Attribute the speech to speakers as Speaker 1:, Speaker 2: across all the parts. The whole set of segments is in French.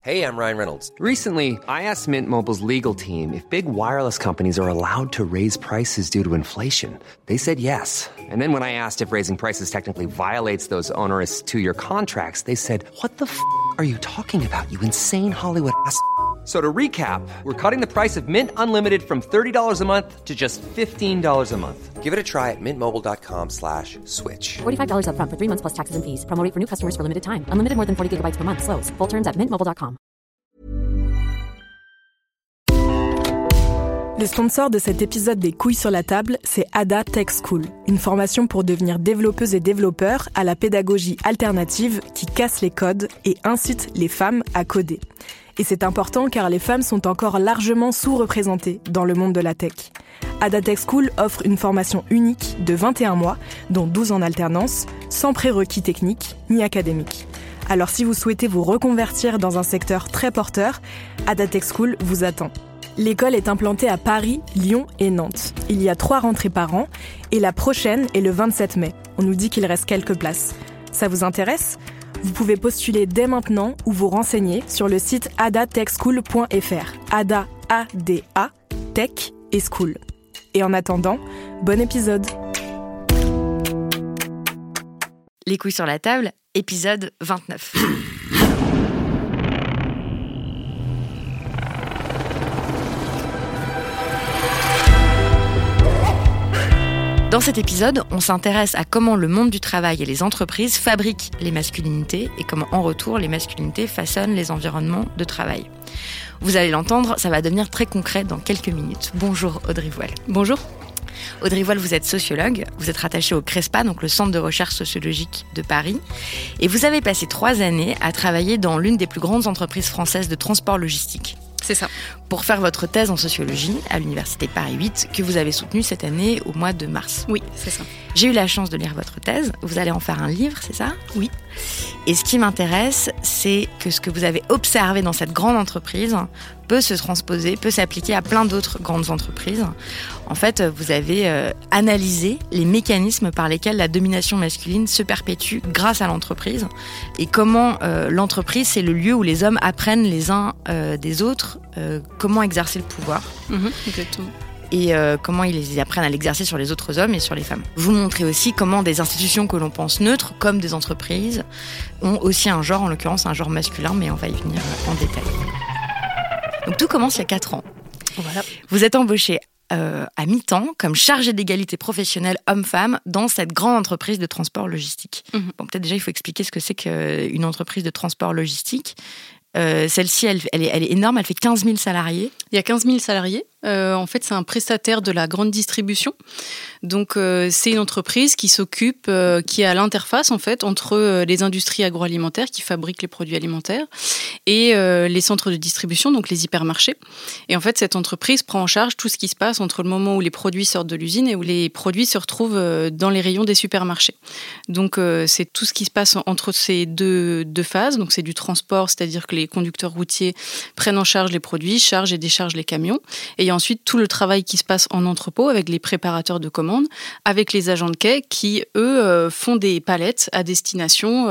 Speaker 1: Hey, I'm Ryan Reynolds.
Speaker 2: Recently, I asked Mint Mobile's legal team if big wireless companies are allowed to raise prices due to inflation. They said yes. And then when I asked if raising prices technically violates those onerous two-year contracts, they said, "What the f*** are you talking about, you insane Hollywood ass?" So to recap, we're cutting the price of Mint Unlimited from $30 a month to just $15 a month.
Speaker 1: Give it a try at mintmobile.com/switch.
Speaker 3: $45 up front for 3 months plus taxes and fees. Promo rate for new customers for limited time. Unlimited more than 40 gigabytes per month. Slows full terms at mintmobile.com.
Speaker 4: Le sponsor de cet épisode des Couilles sur la table, c'est Ada Tech School, une formation pour devenir développeuses et développeurs à la pédagogie alternative qui casse les codes et incite les femmes à coder. Et c'est important car les femmes sont encore largement sous-représentées dans le monde de la tech. Ada Tech School offre une formation unique de 21 mois, dont 12 en alternance, sans prérequis techniques ni académiques. Alors si vous souhaitez vous reconvertir dans un secteur très porteur, Ada Tech School vous attend. L'école est implantée à Paris, Lyon et Nantes. Il y a 3 rentrées par an et la prochaine est le 27 mai. On nous dit qu'il reste quelques places. Ça vous intéresse ? Vous pouvez postuler dès maintenant ou vous renseigner sur le site adatechschool.fr. Ada, A-D-A, Tech et School. Et en attendant, bon épisode.
Speaker 5: Les couilles sur la table, épisode 29. Dans cet épisode, on s'intéresse à comment le monde du travail et les entreprises fabriquent les masculinités et comment, en retour, les masculinités façonnent les environnements de travail. Vous allez l'entendre, ça va devenir très concret dans quelques minutes. Bonjour Audrey Voile.
Speaker 6: Bonjour.
Speaker 5: Audrey Voile, vous êtes sociologue, vous êtes rattachée au CRESPA, donc le Centre de recherche sociologique de Paris, et vous avez passé 3 années à travailler dans l'une des plus grandes entreprises françaises de transport logistique.
Speaker 6: C'est ça.
Speaker 5: Pour faire votre thèse en sociologie à l'Université Paris 8, que vous avez soutenue cette année au mois de mars.
Speaker 6: Oui, c'est ça.
Speaker 5: J'ai eu la chance de lire votre thèse. Vous allez en faire un livre, c'est ça ?
Speaker 6: Oui.
Speaker 5: Et ce qui m'intéresse, c'est que ce que vous avez observé dans cette grande entreprise peut se transposer, peut s'appliquer à plein d'autres grandes entreprises. En fait, vous avez analysé les mécanismes par lesquels la domination masculine se perpétue grâce à l'entreprise et comment l'entreprise, c'est le lieu où les hommes apprennent les uns des autres comment exercer le pouvoir.
Speaker 6: Exactement.
Speaker 5: Et comment ils apprennent à l'exercer sur les autres hommes et sur les femmes. Vous montrez aussi comment des institutions que l'on pense neutres, comme des entreprises, ont aussi un genre, en l'occurrence un genre masculin, mais on va y venir en détail. Donc tout commence il y a 4 ans.
Speaker 6: Voilà.
Speaker 5: Vous êtes embauché à mi-temps comme chargé d'égalité professionnelle homme-femme dans cette grande entreprise de transport logistique. Bon, peut-être déjà il faut expliquer ce que c'est qu'une entreprise de transport logistique. Celle-ci, elle est énorme, elle fait 15 000 salariés.
Speaker 6: Il y a 15 000 salariés. En fait, c'est un prestataire de la grande distribution. Donc, c'est une entreprise qui s'occupe, qui est à l'interface en fait entre les industries agroalimentaires qui fabriquent les produits alimentaires et les centres de distribution, donc les hypermarchés. Et en fait, cette entreprise prend en charge tout ce qui se passe entre le moment où les produits sortent de l'usine et où les produits se retrouvent dans les rayons des supermarchés. Donc, c'est tout ce qui se passe entre ces deux phases. Donc, c'est du transport, c'est-à-dire que les conducteurs routiers prennent en charge les produits, chargent et déchargent les camions. Et il y a ensuite tout le travail qui se passe en entrepôt avec les préparateurs de commandes, avec les agents de quai qui, eux, font des palettes à destination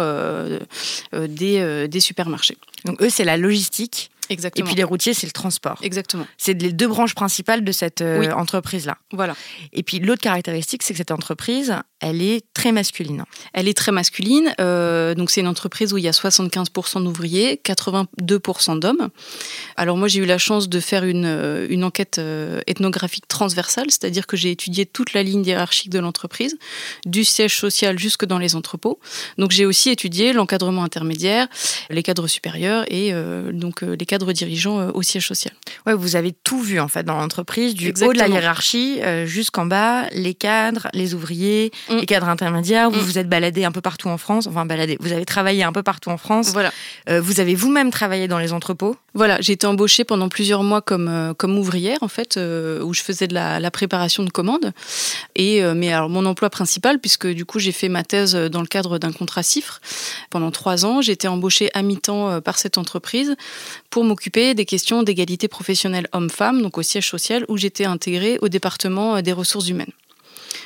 Speaker 6: des supermarchés.
Speaker 5: Donc eux, c'est la logistique.
Speaker 6: Exactement.
Speaker 5: Et puis les routiers, c'est le transport.
Speaker 6: Exactement.
Speaker 5: C'est les 2 branches principales de cette entreprise-là.
Speaker 6: Voilà.
Speaker 5: Et puis l'autre caractéristique, c'est que cette entreprise, elle est très masculine.
Speaker 6: Elle est très masculine. Donc c'est une entreprise où il y a 75% d'ouvriers, 82% d'hommes. Alors moi, j'ai eu la chance de faire une enquête ethnographique transversale, c'est-à-dire que j'ai étudié toute la ligne hiérarchique de l'entreprise, du siège social jusque dans les entrepôts. Donc j'ai aussi étudié l'encadrement intermédiaire, les cadres supérieurs et donc les cadres dirigeants au siège social.
Speaker 5: Ouais, vous avez tout vu en fait dans l'entreprise, du
Speaker 6: Exactement.
Speaker 5: haut de la hiérarchie jusqu'en bas, les cadres, les ouvriers, les cadres intermédiaires. Vous vous êtes baladé un peu partout en France, vous avez travaillé un peu partout en France.
Speaker 6: Voilà.
Speaker 5: Vous avez vous-même travaillé dans les entrepôts.
Speaker 6: Voilà, j'ai été embauchée pendant plusieurs mois comme ouvrière en fait, où je faisais de la préparation de commandes. Mais alors mon emploi principal, puisque du coup j'ai fait ma thèse dans le cadre d'un contrat CIFRE pendant 3 ans, j'ai été embauchée à mi-temps par cette entreprise pour m'occuper des questions d'égalité professionnelle homme-femme, donc au siège social où j'étais intégrée au département des ressources humaines.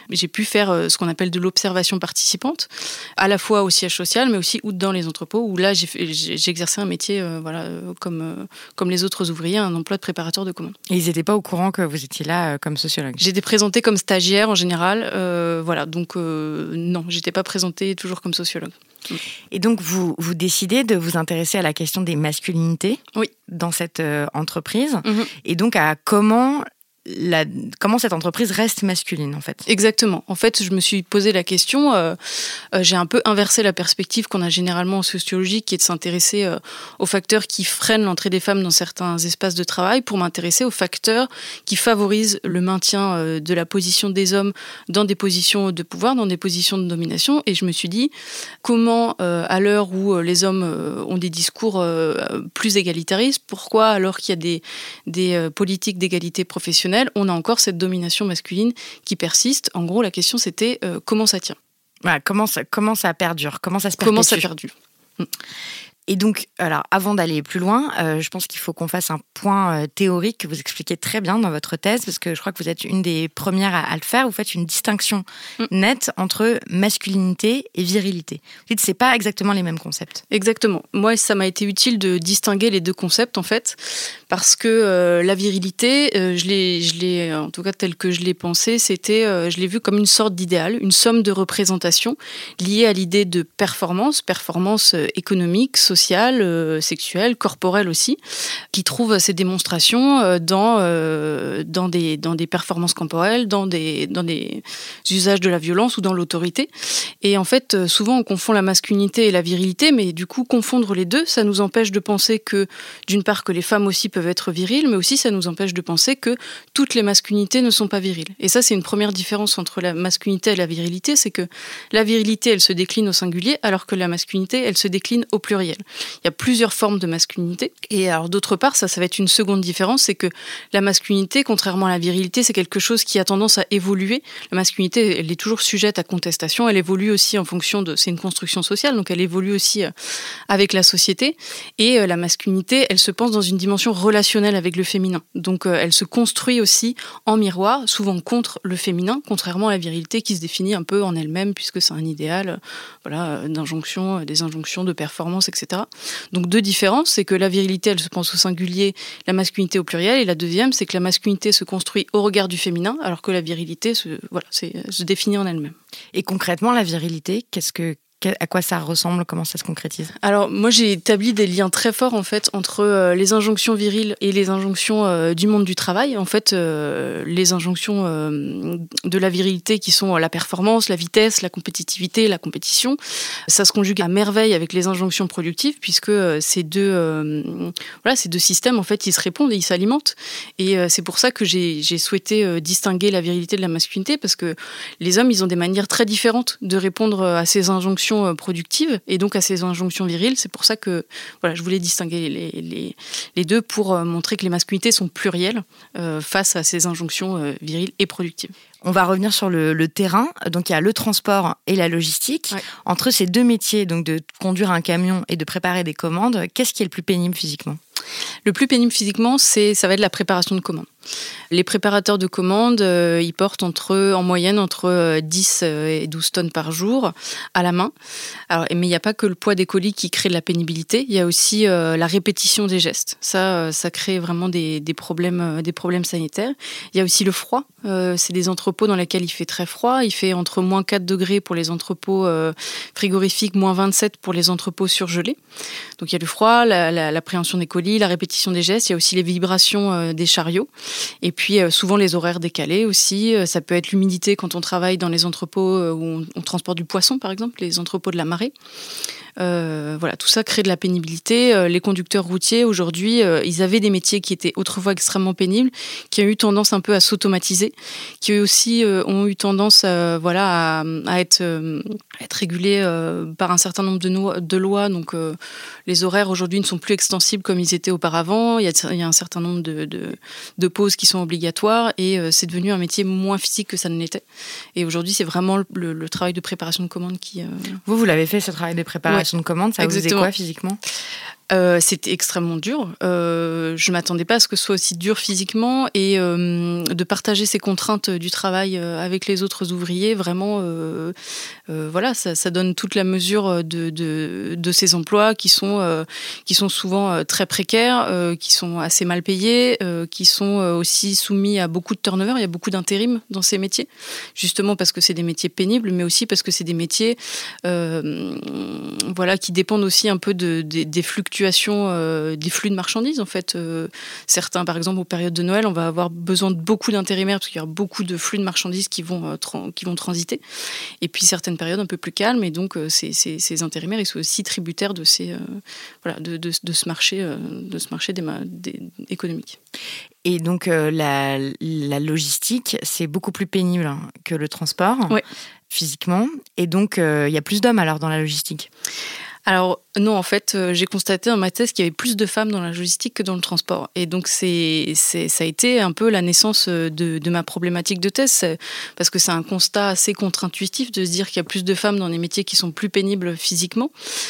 Speaker 6: J'ai pu faire ce qu'on appelle de l'observation participante, à la fois au siège social, mais aussi dans les entrepôts, où là, j'ai exercé un métier comme les autres ouvriers, un emploi de préparateur de commandes.
Speaker 5: Et ils n'étaient pas au courant que vous étiez là comme sociologue?
Speaker 6: J'étais présentée comme stagiaire en général, donc non, j'étais pas présentée toujours comme sociologue.
Speaker 5: Et donc, vous décidez de vous intéresser à la question des masculinités dans cette entreprise, et donc à comment cette entreprise reste masculine, en fait.
Speaker 6: Exactement. En fait, je me suis posé la question, j'ai un peu inversé la perspective qu'on a généralement en sociologie, qui est de s'intéresser aux facteurs qui freinent l'entrée des femmes dans certains espaces de travail, pour m'intéresser aux facteurs qui favorisent le maintien de la position des hommes dans des positions de pouvoir, dans des positions de domination. Et je me suis dit, comment, à l'heure où les hommes ont des discours plus égalitaristes, pourquoi, alors qu'il y a des politiques d'égalité professionnelle, on a encore cette domination masculine qui persiste. En gros, la question, c'était comment ça tient ?
Speaker 5: Voilà, comment ça perdure ? Comment ça se perpétue ?
Speaker 6: Comment ça perdure ?
Speaker 5: Et donc, alors, avant d'aller plus loin, je pense qu'il faut qu'on fasse un point théorique que vous expliquez très bien dans votre thèse, parce que je crois que vous êtes une des premières à le faire. Vous faites une distinction nette entre masculinité et virilité. Vous dites que ce n'est pas exactement les mêmes concepts.
Speaker 6: Exactement. Moi, ça m'a été utile de distinguer les deux concepts, en fait, parce que la virilité, je l'ai, en tout cas tel que je l'ai pensé, je l'ai vu comme une sorte d'idéal, une somme de représentations liée à l'idée de performance économique, sociale, sexuelle, corporelle aussi, qui trouve ses démonstrations dans des performances corporelles, dans des usages de la violence ou dans l'autorité. Et en fait, souvent on confond la masculinité et la virilité, mais du coup, confondre les deux, ça nous empêche de penser que, d'une part, que les femmes aussi peuvent être viriles, mais aussi ça nous empêche de penser que toutes les masculinités ne sont pas viriles. Et ça, c'est une première différence entre la masculinité et la virilité, c'est que la virilité, elle se décline au singulier, alors que la masculinité, elle se décline au pluriel. Il y a plusieurs formes de masculinité. Et alors, d'autre part, ça va être une seconde différence, c'est que la masculinité, contrairement à la virilité, c'est quelque chose qui a tendance à évoluer. La masculinité, elle est toujours sujette à contestation, elle évolue aussi en fonction c'est une construction sociale, donc elle évolue aussi avec la société. Et la masculinité, elle se pense dans une dimension relationnelle avec le féminin. Donc elle se construit aussi en miroir, souvent contre le féminin, contrairement à la virilité qui se définit un peu en elle-même, puisque c'est un idéal d'injonction, des injonctions de performance, etc. Donc deux différences, c'est que la virilité, elle se pense au singulier, la masculinité au pluriel, et la deuxième, c'est que la masculinité se construit au regard du féminin, alors que la virilité se définit en elle-même.
Speaker 5: Et concrètement, la virilité, à quoi ça ressemble? Comment ça se concrétise?
Speaker 6: Alors, moi, j'ai établi des liens très forts, en fait, entre les injonctions viriles et les injonctions du monde du travail. En fait, les injonctions de la virilité qui sont la performance, la vitesse, la compétitivité, la compétition, ça se conjugue à merveille avec les injonctions productives, puisque ces deux systèmes, en fait, ils se répondent et ils s'alimentent. Et c'est pour ça que j'ai souhaité distinguer la virilité de la masculinité, parce que les hommes, ils ont des manières très différentes de répondre à ces injonctions productives et donc à ces injonctions viriles. C'est pour ça que je voulais distinguer les deux pour montrer que les masculinités sont plurielles face à ces injonctions viriles et productives.
Speaker 5: On va revenir sur le terrain. Donc, il y a le transport et la logistique. Ouais. Entre ces deux métiers, donc de conduire un camion et de préparer des commandes, qu'est-ce qui est le plus pénible physiquement ?
Speaker 6: Le plus pénible physiquement, ça va être la préparation de commandes. Les préparateurs de commandes, ils portent en moyenne entre 10 et 12 tonnes par jour à la main. Alors, mais il n'y a pas que le poids des colis qui crée de la pénibilité, il y a aussi la répétition des gestes. Ça crée vraiment des problèmes sanitaires. Il y a aussi le froid. C'est des entrepôts dans lesquels il fait très froid. Il fait entre moins 4 degrés pour les entrepôts frigorifiques, moins 27 pour les entrepôts surgelés. Donc il y a le froid, l'appréhension des colis, la répétition des gestes. Il y a aussi les vibrations des chariots. Et puis souvent les horaires décalés aussi. Ça peut être l'humidité quand on travaille dans les entrepôts où on transporte du poisson, par exemple, les entrepôts de la marée. Tout ça crée de la pénibilité. Les conducteurs routiers, aujourd'hui, ils avaient des métiers qui étaient autrefois extrêmement pénibles, qui ont eu tendance un peu à s'automatiser, qui eux aussi ont eu tendance à être régulés par un certain nombre de lois. Donc les horaires aujourd'hui ne sont plus extensibles comme ils étaient auparavant. Il y a un certain nombre de pauses qui sont obligatoires et c'est devenu un métier moins physique que ça ne l'était. Et aujourd'hui, c'est vraiment le travail de préparation de commandes qui...
Speaker 5: Vous l'avez fait, ce travail de préparation de commandes, ça vous faisait quoi physiquement ?
Speaker 6: C'était extrêmement dur. Je m'attendais pas à ce que ce soit aussi dur physiquement et de partager ces contraintes du travail avec les autres ouvriers, vraiment, voilà, ça donne toute la mesure de ces emplois qui sont souvent très précaires, qui sont assez mal payés, qui sont aussi soumis à beaucoup de turnover. Il y a beaucoup d'intérim dans ces métiers, justement parce que c'est des métiers pénibles, mais aussi parce que c'est des métiers, voilà, qui dépendent aussi un peu des fluctuations des flux de marchandises en fait. Certains, par exemple, aux périodes de Noël, on va avoir besoin de beaucoup d'intérimaires parce qu'il y a beaucoup de flux de marchandises qui vont transiter. Et puis certaines périodes un peu plus calmes, et donc ces intérimaires, ils sont aussi tributaires de ce marché économique.
Speaker 5: Et donc la logistique, c'est beaucoup plus pénible que le transport, physiquement. Et donc il y a plus d'hommes alors dans la logistique.
Speaker 6: Alors non, en fait, j'ai constaté dans ma thèse qu'il y avait plus de femmes dans la logistique que dans le transport. Et donc ça a été un peu la naissance de ma problématique de thèse, parce que c'est un constat assez contre-intuitif de se dire qu'il y a plus de femmes dans des métiers qui sont plus pénibles physiquement.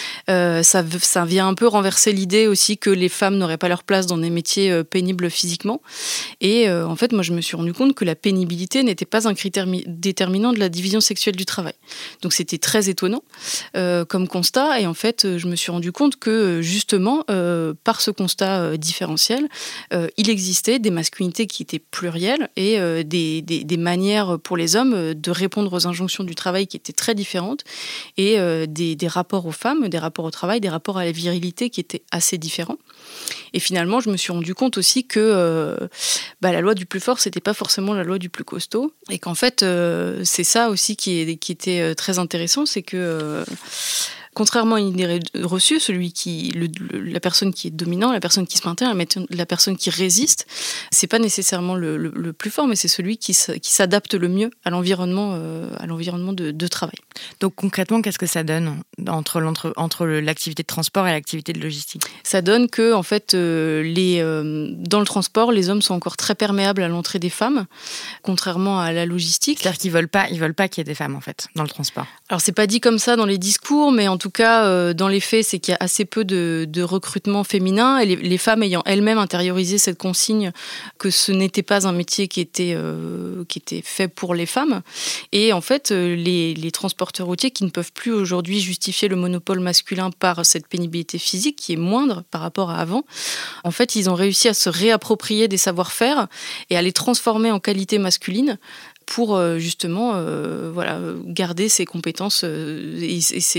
Speaker 6: Ça vient un peu renverser l'idée aussi que les femmes n'auraient pas leur place dans des métiers pénibles physiquement. Et en fait, moi, je me suis rendu compte que la pénibilité n'était pas un critère déterminant de la division sexuelle du travail. Donc c'était très étonnant comme constat. Et en fait, je me suis rendu compte que justement, par ce constat différentiel, il existait des masculinités qui étaient plurielles et des manières pour les hommes de répondre aux injonctions du travail qui étaient très différentes, et des rapports aux femmes, des rapports au travail, des rapports à la virilité qui étaient assez différents. Et finalement, je me suis rendu compte aussi que la loi du plus fort, c'était pas forcément la loi du plus costaud, et qu'en fait, c'est ça aussi qui était très intéressant, c'est que contrairement à une idée reçue, la personne qui est dominante, la personne qui se maintient, la personne qui résiste, c'est pas nécessairement le plus fort, mais c'est celui qui s'adapte le mieux à l'environnement de travail.
Speaker 5: Donc concrètement, qu'est-ce que ça donne entre l'activité de transport et l'activité de logistique ?
Speaker 6: Ça donne que, en fait, dans le transport, les hommes sont encore très perméables à l'entrée des femmes, contrairement à la logistique.
Speaker 5: C'est-à-dire qu'ils veulent pas qu'il y ait des femmes, en fait, dans le transport.
Speaker 6: Alors c'est pas dit comme ça dans les discours, mais en tout cas, dans les faits, c'est qu'il y a assez peu de recrutement féminin, et les femmes ayant elles-mêmes intériorisé cette consigne que ce n'était pas un métier qui était fait pour les femmes. Et en fait, les transporteurs routiers qui ne peuvent plus aujourd'hui justifier le monopole masculin par cette pénibilité physique qui est moindre par rapport à avant, en fait, ils ont réussi à se réapproprier des savoir-faire et à les transformer en qualité masculine pour justement garder ses compétences et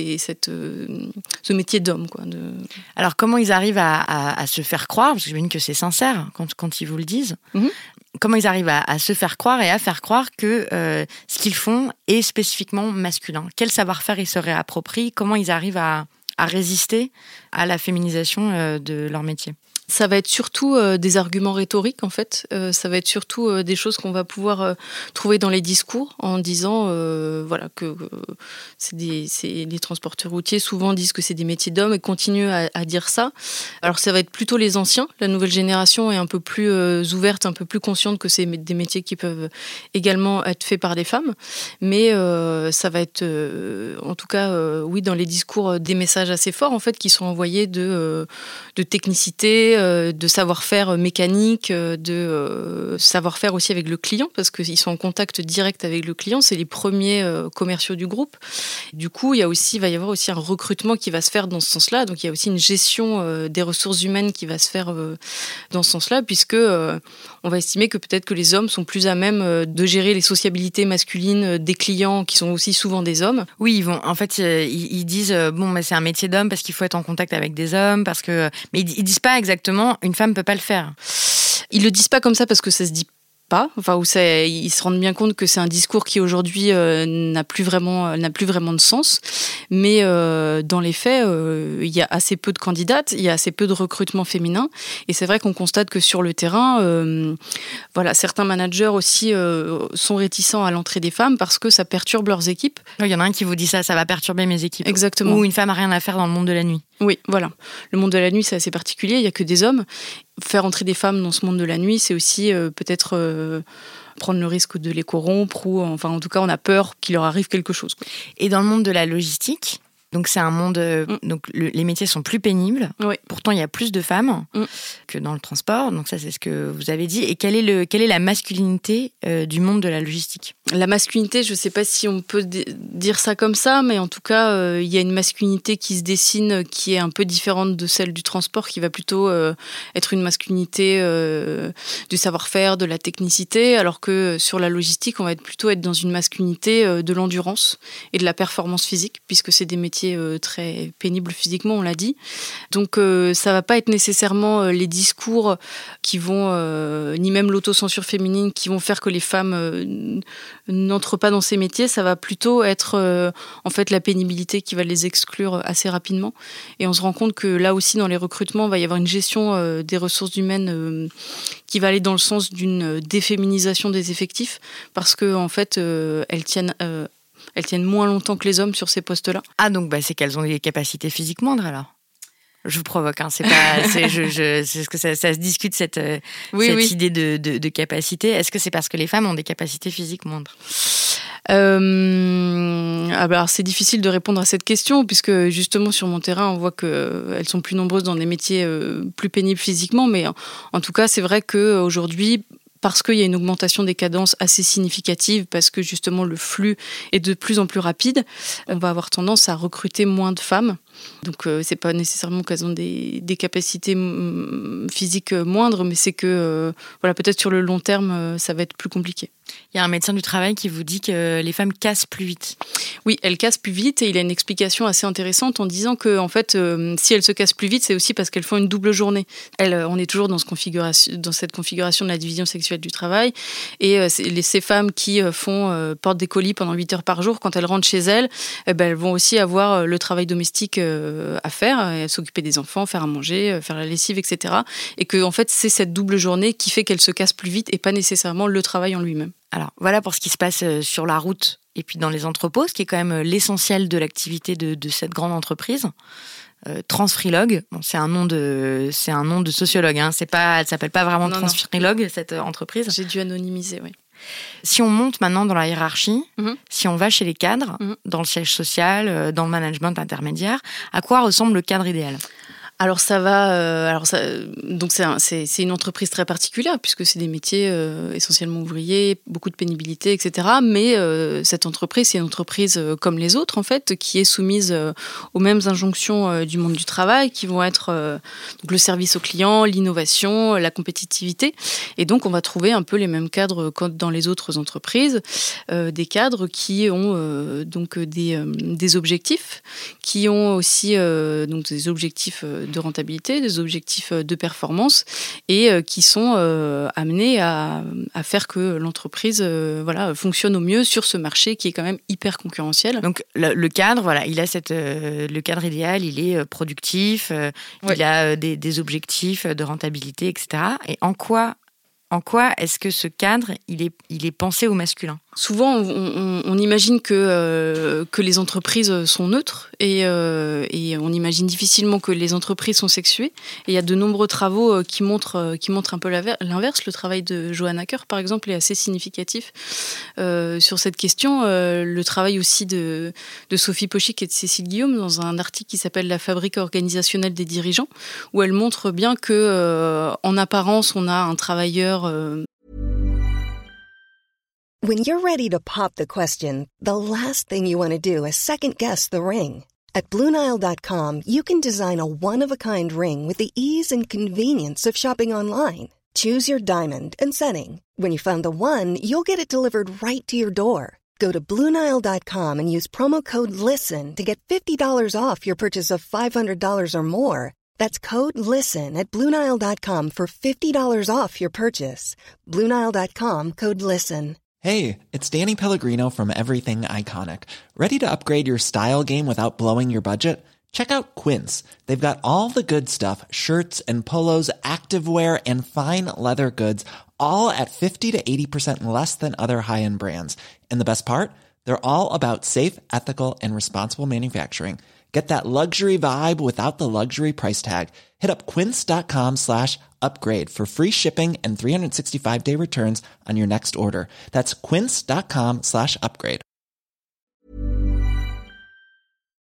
Speaker 6: ce métier d'homme.
Speaker 5: Alors, comment ils arrivent à se faire croire, parce que j'imagine que c'est sincère quand ils vous le disent, comment ils arrivent à se faire croire et à faire croire que ce qu'ils font est spécifiquement masculin ? Quel savoir-faire ils se réapproprient ? Comment ils arrivent à résister à la féminisation de leur métier ?
Speaker 6: Ça va être surtout des arguments rhétoriques, en fait. Ça va être surtout des choses qu'on va pouvoir trouver dans les discours en disant que les transporteurs routiers souvent disent que c'est des métiers d'hommes et continuent à dire ça. Alors ça va être plutôt les anciens. La nouvelle génération est un peu plus ouverte, un peu plus consciente que c'est des métiers qui peuvent également être faits par des femmes. Mais ça va être, en tout cas, dans les discours, des messages assez forts, en fait, qui sont envoyés de technicité, de savoir-faire mécanique, de savoir-faire aussi avec le client, parce qu'ils sont en contact direct avec le client. C'est les premiers commerciaux du groupe. Du coup, il va y avoir aussi un recrutement qui va se faire dans ce sens-là. Donc, il y a aussi une gestion des ressources humaines qui va se faire dans ce sens-là, puisque on va estimer que peut-être que les hommes sont plus à même de gérer les sociabilités masculines des clients, qui sont aussi souvent des hommes.
Speaker 5: Oui, ils disent mais c'est un métier d'homme parce qu'il faut être en contact avec des hommes, mais ils disent pas exactement une femme peut pas le faire.
Speaker 6: Ils le disent pas comme ça parce que ça se dit pas, ils se rendent bien compte que c'est un discours qui aujourd'hui n'a plus vraiment de sens, mais dans les faits, il y a assez peu de candidates, il y a assez peu de recrutement féminin, et c'est vrai qu'on constate que sur le terrain, certains managers aussi sont réticents à l'entrée des femmes parce que ça perturbe leurs équipes.
Speaker 5: Il y en a un qui vous dit ça va perturber mes équipes.
Speaker 6: Exactement.
Speaker 5: Ou une femme a rien à faire dans le monde de la nuit.
Speaker 6: Oui, voilà. Le monde de la nuit, c'est assez particulier, il n'y a que des hommes. Faire entrer des femmes dans ce monde de la nuit, c'est aussi peut-être prendre le risque de les corrompre, ou en tout cas, on a peur qu'il leur arrive quelque chose.
Speaker 5: Et dans le monde de la logistique, Donc c'est un monde, donc les métiers sont plus pénibles.
Speaker 6: Oui.
Speaker 5: Pourtant il y a plus de femmes que dans le transport. Donc ça c'est ce que vous avez dit. Et quelle est la masculinité du monde de la logistique ?
Speaker 6: La masculinité, je ne sais pas si on peut dire ça comme ça, mais en tout cas il y a une masculinité qui se dessine, qui est un peu différente de celle du transport, qui va plutôt être une masculinité du savoir-faire, de la technicité, alors que sur la logistique, on va plutôt être dans une masculinité de l'endurance et de la performance physique, puisque c'est des métiers très pénibles physiquement, on l'a dit. Donc ça va pas être nécessairement les discours qui vont, ni même l'autocensure féminine, qui vont faire que les femmes n'entrent pas dans ces métiers. Ça va plutôt être en fait la pénibilité qui va les exclure assez rapidement. Et on se rend compte que là aussi, dans les recrutements, il va y avoir une gestion des ressources humaines qui va aller dans le sens d'une déféminisation des effectifs, parce que en fait, elles tiennent moins longtemps que les hommes sur ces postes-là.
Speaker 5: Ah, donc c'est qu'elles ont des capacités physiques moindres, alors ? Je vous provoque, hein. C'est pas, c'est ce que ça se discute cette idée de capacité. Est-ce que c'est parce que les femmes ont des capacités physiques moindres ?
Speaker 6: Alors c'est difficile de répondre à cette question, puisque justement sur mon terrain on voit qu'elles sont plus nombreuses dans des métiers plus pénibles physiquement, mais en tout cas c'est vrai qu'aujourd'hui, parce qu'il y a une augmentation des cadences assez significative, parce que justement le flux est de plus en plus rapide, on va avoir tendance à recruter moins de femmes. Donc c'est pas nécessairement qu'elles ont des capacités physiques moindres, mais c'est que peut-être sur le long terme ça va être plus compliqué.
Speaker 5: Il y a un médecin du travail qui vous dit que les femmes cassent plus vite.
Speaker 6: Oui, elles cassent plus vite, et il a une explication assez intéressante en disant que en fait, si elles se cassent plus vite, c'est aussi parce qu'elles font une double journée. On est toujours dans cette configuration de la division sexuelle du travail, et ces femmes qui portent des colis pendant 8 heures par jour, quand elles rentrent chez elles, elles vont aussi avoir le travail domestique à faire, s'occuper des enfants, faire à manger, faire la lessive, etc. Et que en fait, c'est cette double journée qui fait qu'elles se cassent plus vite, et pas nécessairement le travail en lui-même.
Speaker 5: Alors, voilà pour ce qui se passe sur la route et puis dans les entrepôts, ce qui est quand même l'essentiel de l'activité de cette grande entreprise. Transfreelog, c'est un nom de sociologue, hein. Elle s'appelle pas vraiment Transfreelog, cette entreprise.
Speaker 6: J'ai dû anonymiser, oui.
Speaker 5: Si on monte maintenant dans la hiérarchie, si on va chez les cadres, dans le siège social, dans le management intermédiaire, à quoi ressemble le cadre idéal ?
Speaker 6: Alors c'est une entreprise très particulière, puisque c'est des métiers essentiellement ouvriers, beaucoup de pénibilité, etc. Mais cette entreprise, c'est une entreprise comme les autres en fait, qui est soumise aux mêmes injonctions du monde du travail, qui vont être donc le service aux clients, l'innovation, la compétitivité. Et donc on va trouver un peu les mêmes cadres que dans les autres entreprises, des cadres qui ont donc des objectifs, qui ont aussi donc des objectifs de rentabilité, des objectifs de performance, et qui sont amenés à faire que l'entreprise fonctionne au mieux sur ce marché qui est quand même hyper concurrentiel.
Speaker 5: Donc le cadre, il a le cadre idéal, il est productif, il a des objectifs de rentabilité, etc. Et en quoi est-ce que ce cadre, il est pensé au masculin ?
Speaker 6: Souvent, on imagine que les entreprises sont neutres, et on imagine difficilement que les entreprises sont sexuées. Et il y a de nombreux travaux qui montrent un peu l'inverse. Le travail de Johann Hacker, par exemple, est assez significatif sur cette question. Le travail aussi de Sophie Pochick et de Cécile Guillaume, dans un article qui s'appelle « La fabrique organisationnelle des dirigeants », où elle montre bien que, en apparence, on a un travailleur...
Speaker 7: When you're ready to pop the question, the last thing you want to do is second-guess the ring. At BlueNile.com, you can design a one-of-a-kind ring with the ease and convenience of shopping online. Choose your diamond and setting. When you find the one, you'll get it delivered right to your door. Go to BlueNile.com and use promo code LISTEN to get $50 off your purchase of $500 or more. That's code LISTEN at BlueNile.com for $50 off your purchase. BlueNile.com, code LISTEN.
Speaker 8: Hey, it's Danny Pellegrino from Everything Iconic. Ready to upgrade your style game without blowing your budget? Check out Quince. They've got all the good stuff, shirts and polos, activewear, and fine leather goods, all at 50 to 80% less than other high-end brands. And the best part? They're all about safe, ethical, and responsible manufacturing. Get that luxury vibe without the luxury price tag. Hit up quince.com/upgrade for free shipping and 365-day returns on your next order. That's quince.com/upgrade.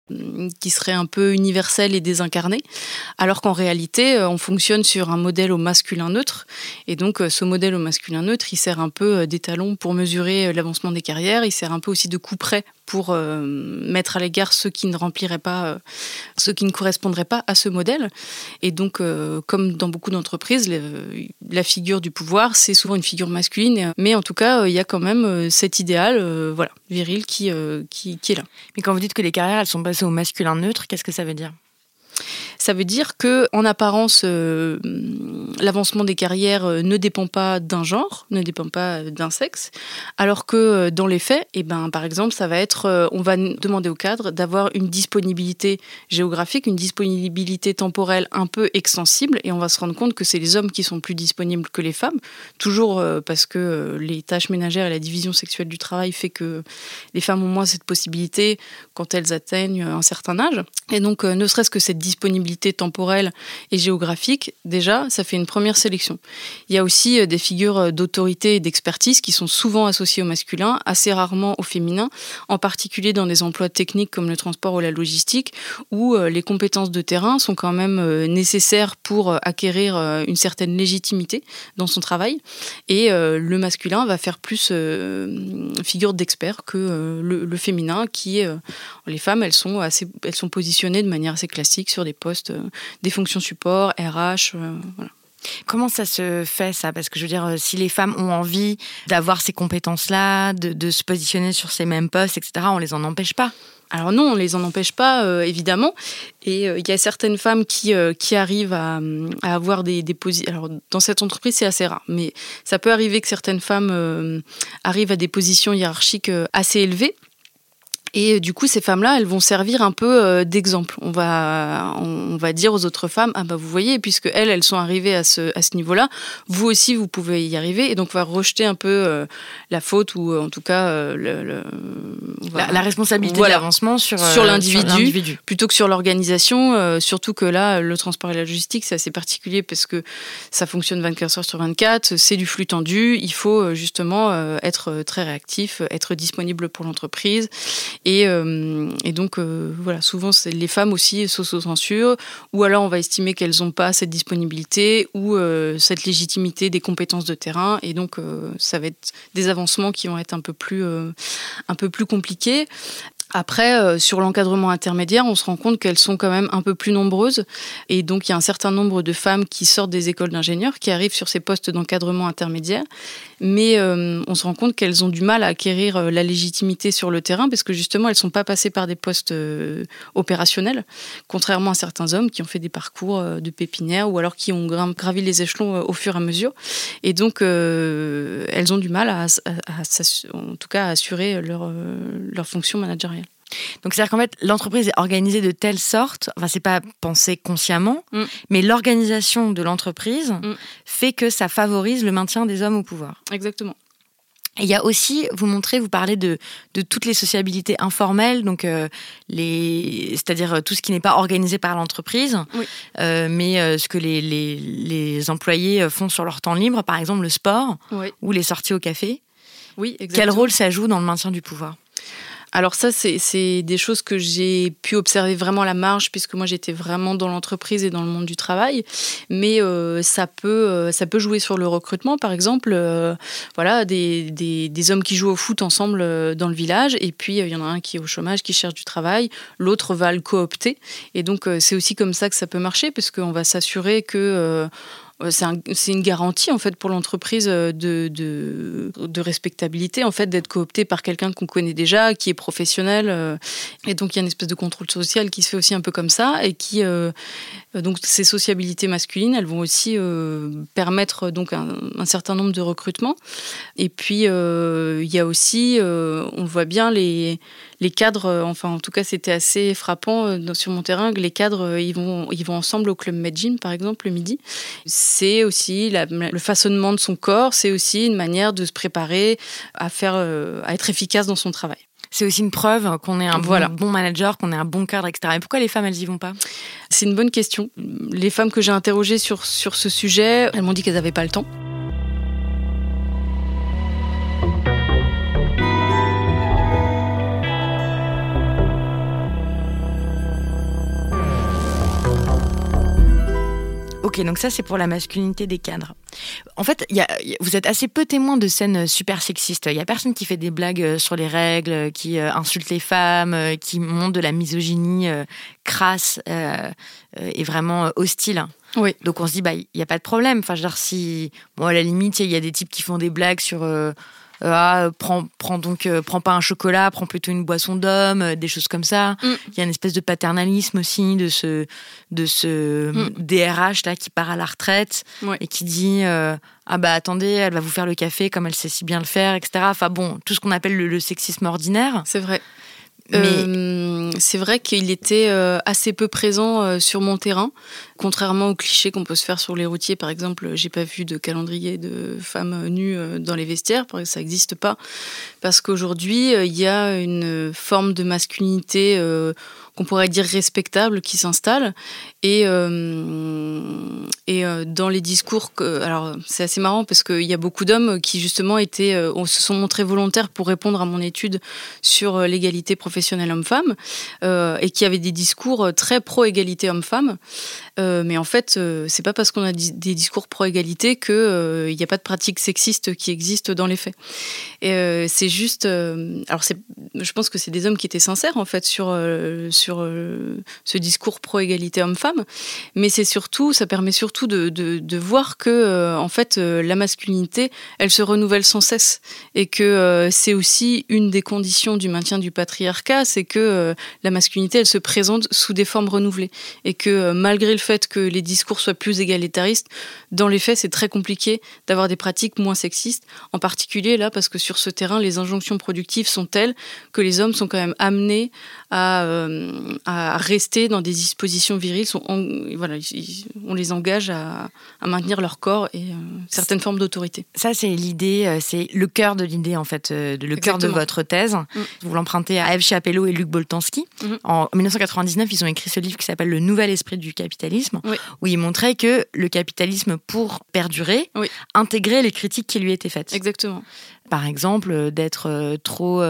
Speaker 6: qui serait un peu universel et désincarné, alors qu'en réalité, on fonctionne sur un modèle au masculin neutre. Et donc, ce modèle au masculin neutre, il sert un peu d'étalon pour mesurer l'avancement des carrières. Il sert un peu aussi de couperet pour mettre à l'égard ceux qui ne rempliraient pas, ceux qui ne correspondraient pas à ce modèle. Et donc, comme dans beaucoup d'entreprises, la figure du pouvoir, c'est souvent une figure masculine. Mais en tout cas, il y a quand même cet idéal viril qui est là.
Speaker 5: Mais quand vous dites que les carrières, elles sont passées au masculin neutre, qu'est-ce que ça veut dire ?
Speaker 6: Ça veut dire que, en apparence, l'avancement des carrières ne dépend pas d'un genre, ne dépend pas d'un sexe, alors que dans les faits, par exemple, ça va être, on va demander au cadre d'avoir une disponibilité géographique, une disponibilité temporelle un peu extensible, et on va se rendre compte que c'est les hommes qui sont plus disponibles que les femmes, toujours parce que les tâches ménagères et la division sexuelle du travail fait que les femmes ont moins cette possibilité quand elles atteignent un certain âge. Et donc, ne serait-ce que cette disponibilité temporelle et géographique, déjà, ça fait une première sélection. Il y a aussi des figures d'autorité et d'expertise qui sont souvent associées au masculin, assez rarement au féminin, en particulier dans des emplois techniques comme le transport ou la logistique, où les compétences de terrain sont quand même nécessaires pour acquérir une certaine légitimité dans son travail. Et le masculin va faire plus figure d'expert que le féminin, qui les femmes, elles sont positionnées de manière assez classique sur des postes, des fonctions support, RH, voilà.
Speaker 5: Comment ça se fait, ça ? Parce que je veux dire, si les femmes ont envie d'avoir ces compétences-là, de se positionner sur ces mêmes postes, etc., on les en empêche pas ?
Speaker 6: Alors non, on les en empêche pas, évidemment. Et il y a certaines femmes qui arrivent à avoir des positions. Alors dans cette entreprise, c'est assez rare, mais ça peut arriver que certaines femmes arrivent à des positions hiérarchiques assez élevées. Et du coup, ces femmes-là, elles vont servir un peu d'exemple. On va dire aux autres femmes, vous voyez, puisque elles sont arrivées à ce niveau-là, vous aussi, vous pouvez y arriver. Et donc, on va rejeter un peu la faute ou en tout cas
Speaker 5: la responsabilité de l'avancement sur
Speaker 6: l'individu plutôt que sur l'organisation. Surtout que là, le transport et la logistique, c'est assez particulier parce que ça fonctionne 24 heures sur 24. C'est du flux tendu. Il faut justement être très réactif, être disponible pour l'entreprise. Et donc, voilà, souvent, les femmes aussi s'autocensurent, ou alors on va estimer qu'elles n'ont pas cette disponibilité ou cette légitimité des compétences de terrain, et donc ça va être des avancements qui vont être un peu plus compliqués. Après, sur l'encadrement intermédiaire, on se rend compte qu'elles sont quand même un peu plus nombreuses. Et donc, il y a un certain nombre de femmes qui sortent des écoles d'ingénieurs, qui arrivent sur ces postes d'encadrement intermédiaire. Mais on se rend compte qu'elles ont du mal à acquérir la légitimité sur le terrain parce que justement, elles ne sont pas passées par des postes opérationnels, contrairement à certains hommes qui ont fait des parcours de pépinière ou alors qui ont gravi les échelons au fur et à mesure. Et donc, elles ont du mal à assurer leur fonction managériale.
Speaker 5: Donc, c'est-à-dire qu'en fait, l'entreprise est organisée de telle sorte, enfin, c'est pas pensé consciemment, mais l'organisation de l'entreprise fait que ça favorise le maintien des hommes au pouvoir.
Speaker 6: Exactement.
Speaker 5: Et il y a aussi, vous parlez de toutes les sociabilités informelles, donc c'est-à-dire tout ce qui n'est pas organisé par l'entreprise, mais ce que les employés font sur leur temps libre, par exemple le sport ou les sorties au café.
Speaker 6: Oui, exactement.
Speaker 5: Quel rôle ça joue dans le maintien du pouvoir ?
Speaker 6: Alors ça, c'est des choses que j'ai pu observer vraiment à la marge, puisque moi j'étais vraiment dans l'entreprise et dans le monde du travail. Mais ça peut jouer sur le recrutement, par exemple. Voilà, des hommes qui jouent au foot ensemble dans le village, et puis il y en a un qui est au chômage, qui cherche du travail, l'autre va le coopter. Et donc c'est aussi comme ça que ça peut marcher, parce qu'on va s'assurer que... c'est une garantie en fait pour l'entreprise de respectabilité, en fait, d'être coopté par quelqu'un qu'on connaît déjà, qui est professionnel, et donc il y a une espèce de contrôle social qui se fait aussi un peu comme ça, et qui donc ces sociabilités masculines, elles vont aussi permettre donc un certain nombre de recrutements. Et puis il y a aussi, on voit bien les cadres, enfin en tout cas c'était assez frappant sur mon terrain, que les cadres ils vont ensemble au Club Med Gym par exemple le midi. C'est aussi le façonnement de son corps, c'est aussi une manière de se préparer à être efficace dans son travail.
Speaker 5: C'est aussi une preuve qu'on est un bon manager, qu'on est un bon cadre, etc. Et pourquoi les femmes, elles y vont pas ?
Speaker 6: C'est une bonne question. Les femmes que j'ai interrogées sur ce sujet, elles m'ont dit qu'elles n'avaient pas le temps.
Speaker 5: Ok, donc ça c'est pour la masculinité des cadres. En fait, vous êtes assez peu témoin de scènes super sexistes. Il y a personne qui fait des blagues sur les règles, qui insulte les femmes, qui montre de la misogynie crasse et vraiment hostile.
Speaker 6: Oui.
Speaker 5: Donc on se dit, il n'y a pas de problème. Enfin, genre, à la limite, il y a des types qui font des blagues sur prends pas un chocolat, prends plutôt une boisson d'homme, des choses comme ça. Il y a une espèce de paternalisme aussi de ce DRH là qui part à la retraite et qui dit attendez, elle va vous faire le café comme elle sait si bien le faire, etc. Enfin bon, tout ce qu'on appelle le sexisme ordinaire.
Speaker 6: C'est vrai.
Speaker 5: Mais
Speaker 6: c'est vrai qu'il était assez peu présent sur mon terrain, contrairement aux clichés qu'on peut se faire sur les routiers. Par exemple, j'ai pas vu de calendrier de femmes nues dans les vestiaires, parce que ça n'existe pas. Parce qu'aujourd'hui, il y a une forme de masculinité qu'on pourrait dire respectable qui s'installe. Et dans les discours, alors c'est assez marrant parce qu'il y a beaucoup d'hommes qui justement se sont montrés volontaires pour répondre à mon étude sur l'égalité professionnelle homme-femme et qui avaient des discours très pro-égalité homme-femme. Mais en fait, c'est pas parce qu'on a des discours pro-égalité qu'il n'y a pas de pratiques sexistes qui existent dans les faits. Et c'est juste... je pense que c'est des hommes qui étaient sincères en fait sur ce discours pro-égalité homme-femme, mais ça permet surtout de voir que en fait la masculinité, elle se renouvelle sans cesse et que c'est aussi une des conditions du maintien du patriarcat, c'est que la masculinité, elle se présente sous des formes renouvelées et que malgré le fait que les discours soient plus égalitaristes, dans les faits, c'est très compliqué d'avoir des pratiques moins sexistes, en particulier là parce que sur ce terrain, les injonctions productives sont telles que les hommes sont quand même amenés à rester dans des dispositions viriles. On les engage à maintenir leur corps et certaines formes d'autorité.
Speaker 5: Ça, c'est l'idée, c'est le cœur de l'idée, en fait, le cœur de votre thèse. Vous l'empruntez à Eve Chiapello et Luc Boltanski. En 1999, ils ont écrit ce livre qui s'appelle « Le nouvel esprit du capitalisme », où ils montraient que le capitalisme, pour perdurer, intégrait les critiques qui lui étaient faites.
Speaker 6: Exactement.
Speaker 5: Par exemple, d'être trop...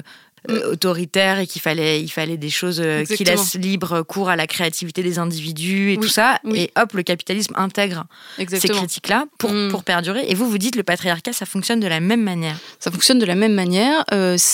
Speaker 5: autoritaire et qu'il fallait des choses qui laissent libre cours à la créativité des individus et tout ça. Et hop, le capitalisme intègre ces critiques-là pour perdurer. Et vous dites le patriarcat, ça fonctionne de la même manière.
Speaker 6: Ça fonctionne de la même manière.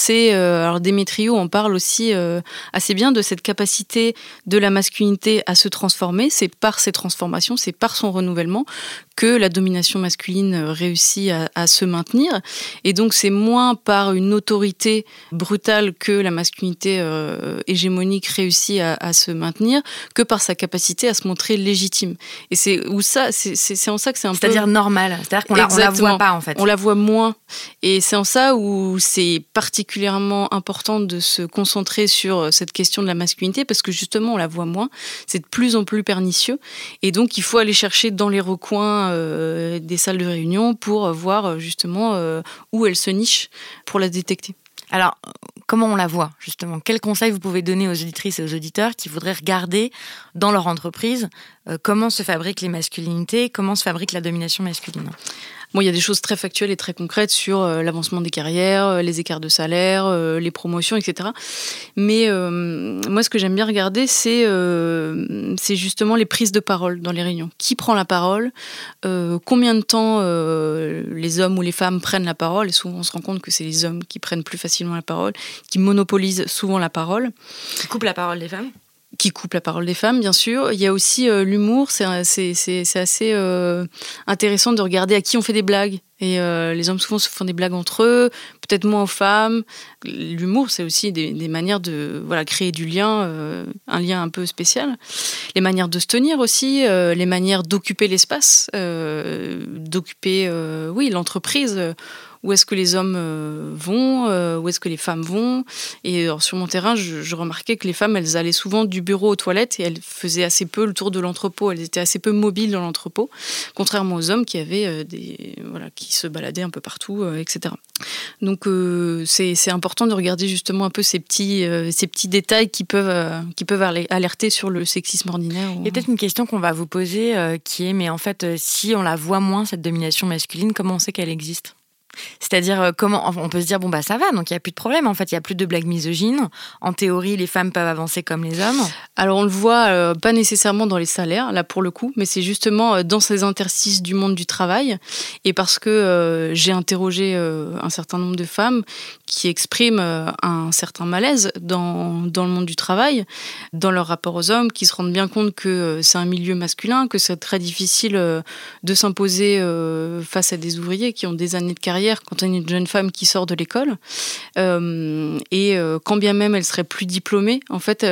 Speaker 6: Alors Démétrio en parle aussi assez bien de cette capacité de la masculinité à se transformer. C'est par ces transformations, c'est par son renouvellement que la domination masculine réussit à se maintenir. Et donc, c'est moins par une autorité brutale que la masculinité hégémonique réussit à se maintenir que par sa capacité à se montrer légitime. Et c'est en ça que c'est un peu...
Speaker 5: C'est-à-dire normal. C'est-à-dire qu'on la voit pas, en fait.
Speaker 6: On la voit moins. Et c'est en ça où c'est particulièrement important de se concentrer sur cette question de la masculinité parce que justement, on la voit moins. C'est de plus en plus pernicieux. Et donc, il faut aller chercher dans les recoins des salles de réunion pour voir justement où elle se niche pour la détecter.
Speaker 5: Alors, comment on la voit, justement ? Quels conseils vous pouvez donner aux auditrices et aux auditeurs qui voudraient regarder dans leur entreprise comment se fabriquent les masculinités, comment se fabrique la domination masculine ?
Speaker 6: Bon, il y a des choses très factuelles et très concrètes sur l'avancement des carrières, les écarts de salaire, les promotions, etc. Mais moi, ce que j'aime bien regarder, c'est justement les prises de parole dans les réunions. Qui prend la parole ? Combien de temps les hommes ou les femmes prennent la parole ? Et souvent, on se rend compte que c'est les hommes qui prennent plus facilement la parole, qui monopolisent souvent la parole.
Speaker 5: Qui coupent la parole des femmes ?
Speaker 6: Qui coupe la parole des femmes, bien sûr. Il y a aussi l'humour. C'est assez intéressant de regarder à qui on fait des blagues. Et les hommes, souvent, se font des blagues entre eux, peut-être moins aux femmes. L'humour, c'est aussi des manières de créer du lien, un lien un peu spécial. Les manières de se tenir aussi, les manières d'occuper l'espace, d'occuper l'entreprise. Où est-ce que les hommes vont, où est-ce que les femmes vont. Et alors, sur mon terrain, je remarquais que les femmes, elles allaient souvent du bureau aux toilettes et elles faisaient assez peu le tour de l'entrepôt. Elles étaient assez peu mobiles dans l'entrepôt, contrairement aux hommes qui avaient qui se baladaient un peu partout, etc. Donc, c'est important de regarder justement un peu ces petits détails qui peuvent alerter sur le sexisme ordinaire.
Speaker 5: Il y a peut-être une question qu'on va vous poser qui est, mais en fait, si on la voit moins, cette domination masculine, comment on sait qu'elle existe ? C'est-à-dire, comment on peut se dire, ça va, donc il n'y a plus de problème, en fait, il n'y a plus de blagues misogynes. En théorie, les femmes peuvent avancer comme les hommes.
Speaker 6: Alors, on le voit pas nécessairement dans les salaires, là, pour le coup, mais c'est justement dans ces interstices du monde du travail. Et parce que j'ai interrogé un certain nombre de femmes qui expriment un certain malaise dans le monde du travail, dans leur rapport aux hommes, qui se rendent bien compte que c'est un milieu masculin, que c'est très difficile de s'imposer face à des ouvriers qui ont des années de carrière quand on est une jeune femme qui sort de l'école. Quand bien même elles seraient plus diplômées, en fait,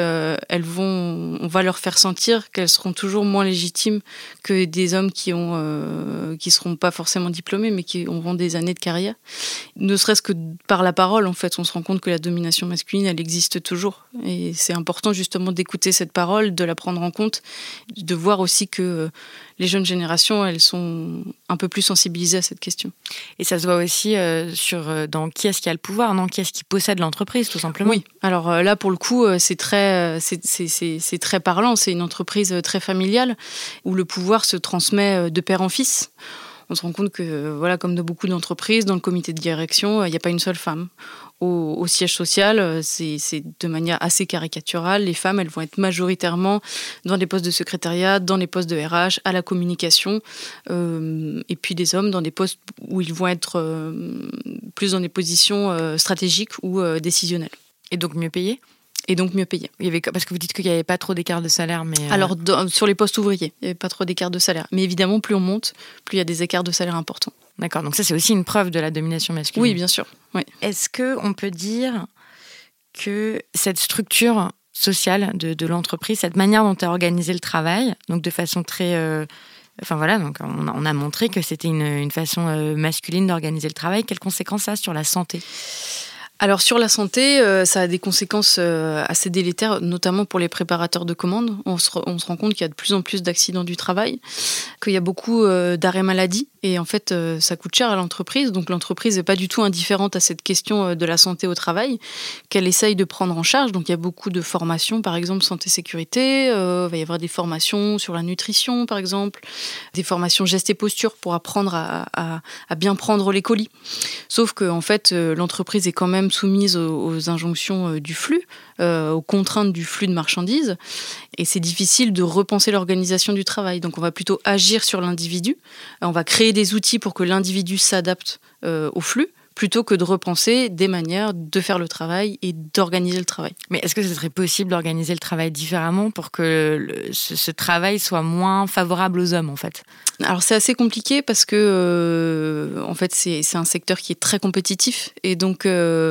Speaker 6: on va leur faire sentir qu'elles seront toujours moins légitimes que des hommes qui seront pas forcément diplômés, mais qui auront des années de carrière. Ne serait-ce que par la parole, en fait, on se rend compte que la domination masculine, elle existe toujours. Et c'est important justement d'écouter cette parole, de la prendre en compte, de voir aussi que les jeunes générations, elles sont un peu plus sensibilisées à cette question.
Speaker 5: Et ça se voit aussi dans qui est-ce qui a le pouvoir, non ? Qui est-ce qui possède l'entreprise, tout simplement ?
Speaker 6: Oui, alors là, pour le coup, c'est très parlant. C'est une entreprise très familiale où le pouvoir se transmet de père en fils. On se rend compte que, comme dans beaucoup d'entreprises, dans le comité de direction, il n'y a pas une seule femme. Au siège social, c'est de manière assez caricaturale. Les femmes, elles vont être majoritairement dans des postes de secrétariat, dans les postes de RH, à la communication, et puis les hommes dans des postes où ils vont être plus dans des positions stratégiques ou décisionnelles.
Speaker 5: Et donc mieux payés ?
Speaker 6: Et donc mieux payés.
Speaker 5: Parce que vous dites qu'il n'y avait pas trop d'écart de salaire, mais...
Speaker 6: Alors, sur les postes ouvriers, il n'y avait pas trop d'écart de salaire. Mais évidemment, plus on monte, plus il y a des écarts de salaire importants.
Speaker 5: D'accord, donc ça, c'est aussi une preuve de la domination masculine.
Speaker 6: Oui, bien sûr. Oui.
Speaker 5: Est-ce qu'on peut dire que cette structure sociale de l'entreprise, cette manière dont est organisé le travail, donc de façon très... donc on a montré que c'était une façon masculine d'organiser le travail. Quelles conséquences ça a sur la santé ?
Speaker 6: Alors sur la santé, ça a des conséquences assez délétères, notamment pour les préparateurs de commandes. On se rend compte qu'il y a de plus en plus d'accidents du travail, qu'il y a beaucoup d'arrêts maladie. Et en fait, ça coûte cher à l'entreprise. Donc l'entreprise n'est pas du tout indifférente à cette question de la santé au travail, qu'elle essaye de prendre en charge. Donc il y a beaucoup de formations, par exemple santé-sécurité. Il va y avoir des formations sur la nutrition, par exemple. Des formations gestes et postures pour apprendre à bien prendre les colis. Sauf que en fait, l'entreprise est quand même soumise aux injonctions du flux, aux contraintes du flux de marchandises. Et c'est difficile de repenser l'organisation du travail. Donc on va plutôt agir sur l'individu. On va créer des outils pour que l'individu s'adapte au flux, plutôt que de repenser des manières de faire le travail et d'organiser le travail.
Speaker 5: Mais est-ce que ce serait possible d'organiser le travail différemment pour que ce travail soit moins favorable aux hommes, en fait ?
Speaker 6: Alors c'est assez compliqué parce que en fait c'est un secteur qui est très compétitif et donc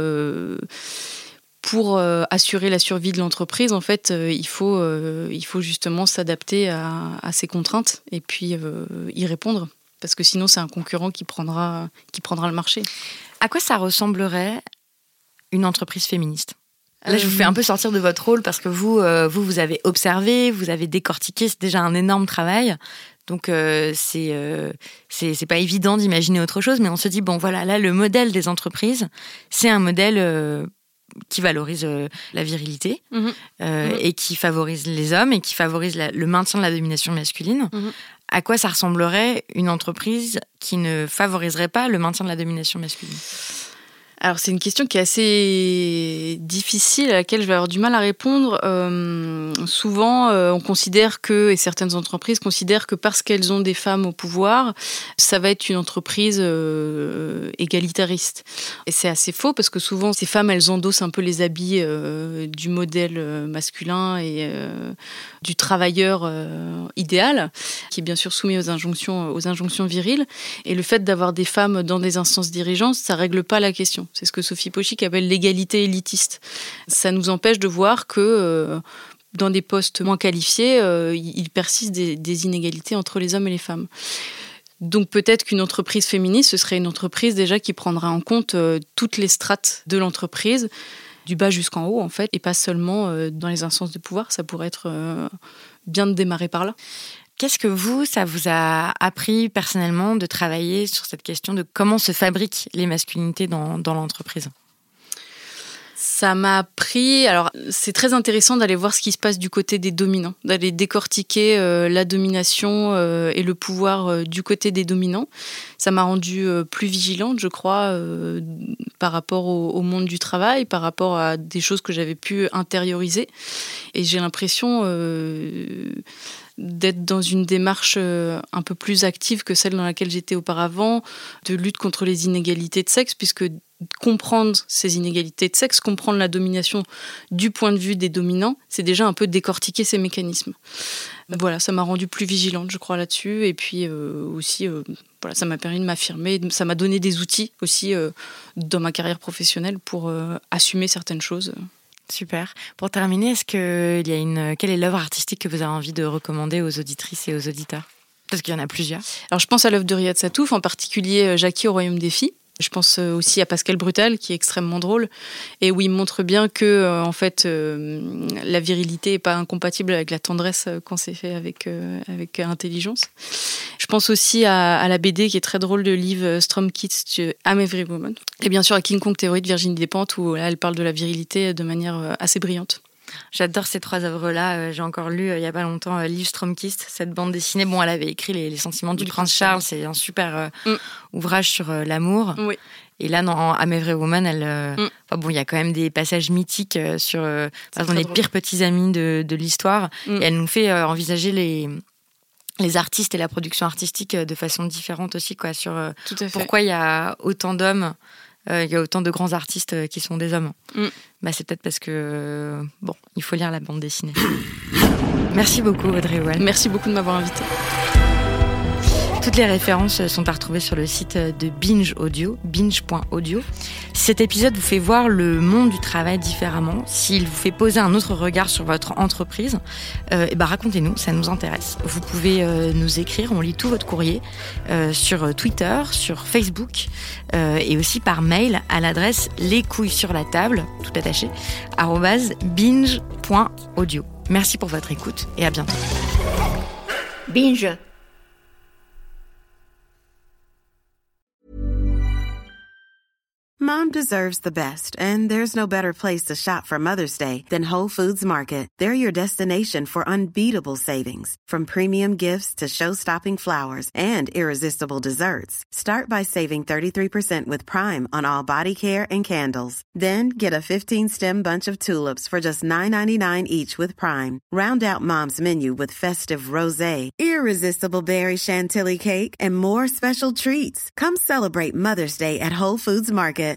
Speaker 6: pour assurer la survie de l'entreprise, en fait, il faut justement s'adapter à ces contraintes et puis y répondre. Parce que sinon, c'est un concurrent qui prendra le marché.
Speaker 5: À quoi ça ressemblerait une entreprise féministe ? Là, je vous fais un peu sortir de votre rôle parce que vous avez observé, vous avez décortiqué, c'est déjà un énorme travail. Donc, c'est pas évident d'imaginer autre chose, mais on se dit, bon, voilà, là, le modèle des entreprises, c'est un modèle qui valorise la virilité et qui favorise les hommes et qui favorise le maintien de la domination masculine. À quoi ça ressemblerait une entreprise qui ne favoriserait pas le maintien de la domination masculine ?
Speaker 6: Alors, c'est une question qui est assez difficile, à laquelle je vais avoir du mal à répondre. Souvent, on considère et certaines entreprises considèrent que parce qu'elles ont des femmes au pouvoir, ça va être une entreprise égalitariste. Et c'est assez faux, parce que souvent, ces femmes, elles endossent un peu les habits du modèle masculin et du travailleur idéal, qui est bien sûr soumis aux injonctions viriles. Et le fait d'avoir des femmes dans des instances dirigeantes, ça ne règle pas la question. C'est ce que Sophie Pochick appelle l'égalité élitiste. Ça nous empêche de voir que dans des postes moins qualifiés, il persiste des inégalités entre les hommes et les femmes. Donc peut-être qu'une entreprise féministe, ce serait une entreprise déjà qui prendra en compte toutes les strates de l'entreprise, du bas jusqu'en haut en fait, et pas seulement dans les instances de pouvoir. Ça pourrait être bien de démarrer par là.
Speaker 5: Qu'est-ce que ça vous a appris personnellement de travailler sur cette question de comment se fabriquent les masculinités dans l'entreprise ?
Speaker 6: Ça m'a appris. Alors, c'est très intéressant d'aller voir ce qui se passe du côté des dominants, d'aller décortiquer la domination et le pouvoir du côté des dominants. Ça m'a rendue plus vigilante, je crois, par rapport au monde du travail, par rapport à des choses que j'avais pu intérioriser. Et j'ai l'impression d'être dans une démarche un peu plus active que celle dans laquelle j'étais auparavant, de lutte contre les inégalités de sexe, puisque comprendre ces inégalités de sexe, comprendre la domination du point de vue des dominants, c'est déjà un peu décortiquer ces mécanismes. Voilà, ça m'a rendue plus vigilante, je crois, là-dessus. Et puis aussi, voilà, ça m'a permis de m'affirmer, ça m'a donné des outils aussi dans ma carrière professionnelle pour assumer certaines choses.
Speaker 5: Super. Pour terminer, quelle est l'œuvre artistique que vous avez envie de recommander aux auditrices et aux auditeurs ? Parce qu'il y en a plusieurs.
Speaker 6: Alors, je pense à l'œuvre de Riyad Sattouf, en particulier Jackie au Royaume des Filles. Je pense aussi à Pascal Brutal, qui est extrêmement drôle, et où il montre bien que, en fait, la virilité n'est pas incompatible avec la tendresse quand c'est fait avec intelligence. Je pense aussi à la BD qui est très drôle de Liv Stromkist, I'm Every Woman. Et bien sûr à King Kong Theory de Virginie Despentes, où là, elle parle de la virilité de manière assez brillante.
Speaker 5: J'adore ces 3 œuvres-là. J'ai encore lu il n'y a pas longtemps Liv Stromkist, cette bande dessinée. Bon, elle avait écrit les sentiments du prince Charles. C'est un super ouvrage sur l'amour. Oui. Et là, dans I'm Every Woman, il y a quand même des passages mythiques sur les pires petits amis de l'histoire. Et elle nous fait envisager les artistes et la production artistique de façon différente aussi, quoi, sur pourquoi il y a autant d'hommes. Il y a autant de grands artistes qui sont des hommes. C'est peut-être parce que, il faut lire la bande dessinée. Merci beaucoup, Audrey Houal.
Speaker 6: Merci beaucoup de m'avoir invitée.
Speaker 5: Toutes les références sont à retrouver sur le site de Binge Audio, binge.audio. Si cet épisode vous fait voir le monde du travail différemment, s'il vous fait poser un autre regard sur votre entreprise, racontez-nous, ça nous intéresse. Vous pouvez nous écrire, on lit tout votre courrier sur Twitter, sur Facebook et aussi par mail à l'adresse lescouillessurlatable, tout attaché, @binge.audio. Merci pour votre écoute et à bientôt.
Speaker 9: Binge. Mom deserves the best, and there's no better place to shop for Mother's Day than Whole Foods Market. They're your destination for unbeatable savings, from premium gifts to show-stopping flowers and irresistible desserts. Start by saving 33% with Prime on all body care and candles. Then get a 15-stem bunch of tulips for just $9.99 each with Prime. Round out Mom's menu with festive rosé, irresistible berry chantilly cake, and more special treats. Come celebrate Mother's Day at Whole Foods Market.